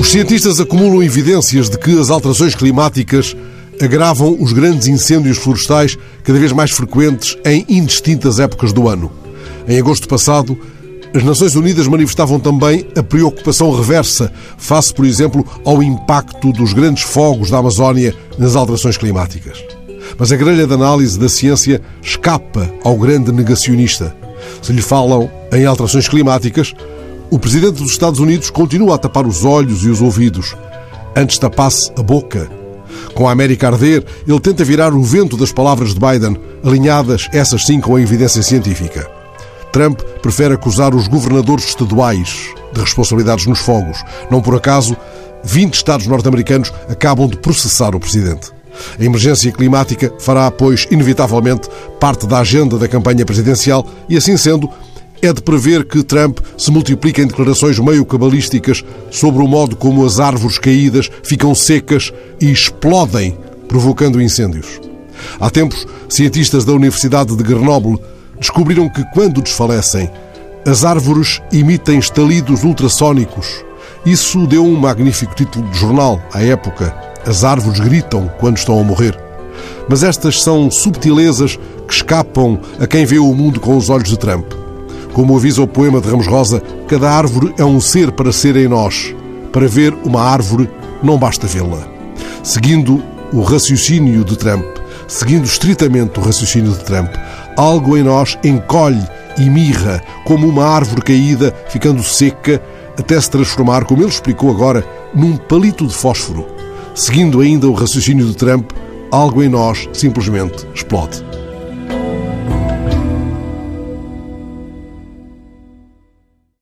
Os cientistas acumulam evidências de que as alterações climáticas agravam os grandes incêndios florestais cada vez mais frequentes em indistintas épocas do ano. Em agosto passado, as Nações Unidas manifestavam também a preocupação reversa face, por exemplo, ao impacto dos grandes fogos da Amazónia nas alterações climáticas. Mas a grelha de análise da ciência escapa ao grande negacionista. Se lhe falam em alterações climáticas, o presidente dos Estados Unidos continua a tapar os olhos e os ouvidos. Antes tapasse a boca. Com a América a arder, ele tenta virar o vento das palavras de Biden, alinhadas, essas sim, com a evidência científica. Trump prefere acusar os governadores estaduais de responsabilidades nos fogos. Não por acaso, 20 estados norte-americanos acabam de processar o presidente. A emergência climática fará, pois, inevitavelmente, parte da agenda da campanha presidencial e, assim sendo, é de prever que Trump se multiplique em declarações meio cabalísticas sobre o modo como as árvores caídas ficam secas e explodem, provocando incêndios. Há tempos, cientistas da Universidade de Grenoble descobriram que, quando desfalecem, as árvores emitem estalidos ultrassónicos. Isso deu um magnífico título de jornal à época. As árvores gritam quando estão a morrer. Mas estas são subtilezas que escapam a quem vê o mundo com os olhos de Trump. Como avisa o poema de Ramos Rosa, cada árvore é um ser para ser em nós. Para ver uma árvore, não basta vê-la. Seguindo o raciocínio de Trump, seguindo estritamente o raciocínio de Trump, algo em nós encolhe e mirra, como uma árvore caída, ficando seca, até se transformar, como ele explicou agora, num palito de fósforo. Seguindo ainda o raciocínio de Trump, algo em nós simplesmente explode.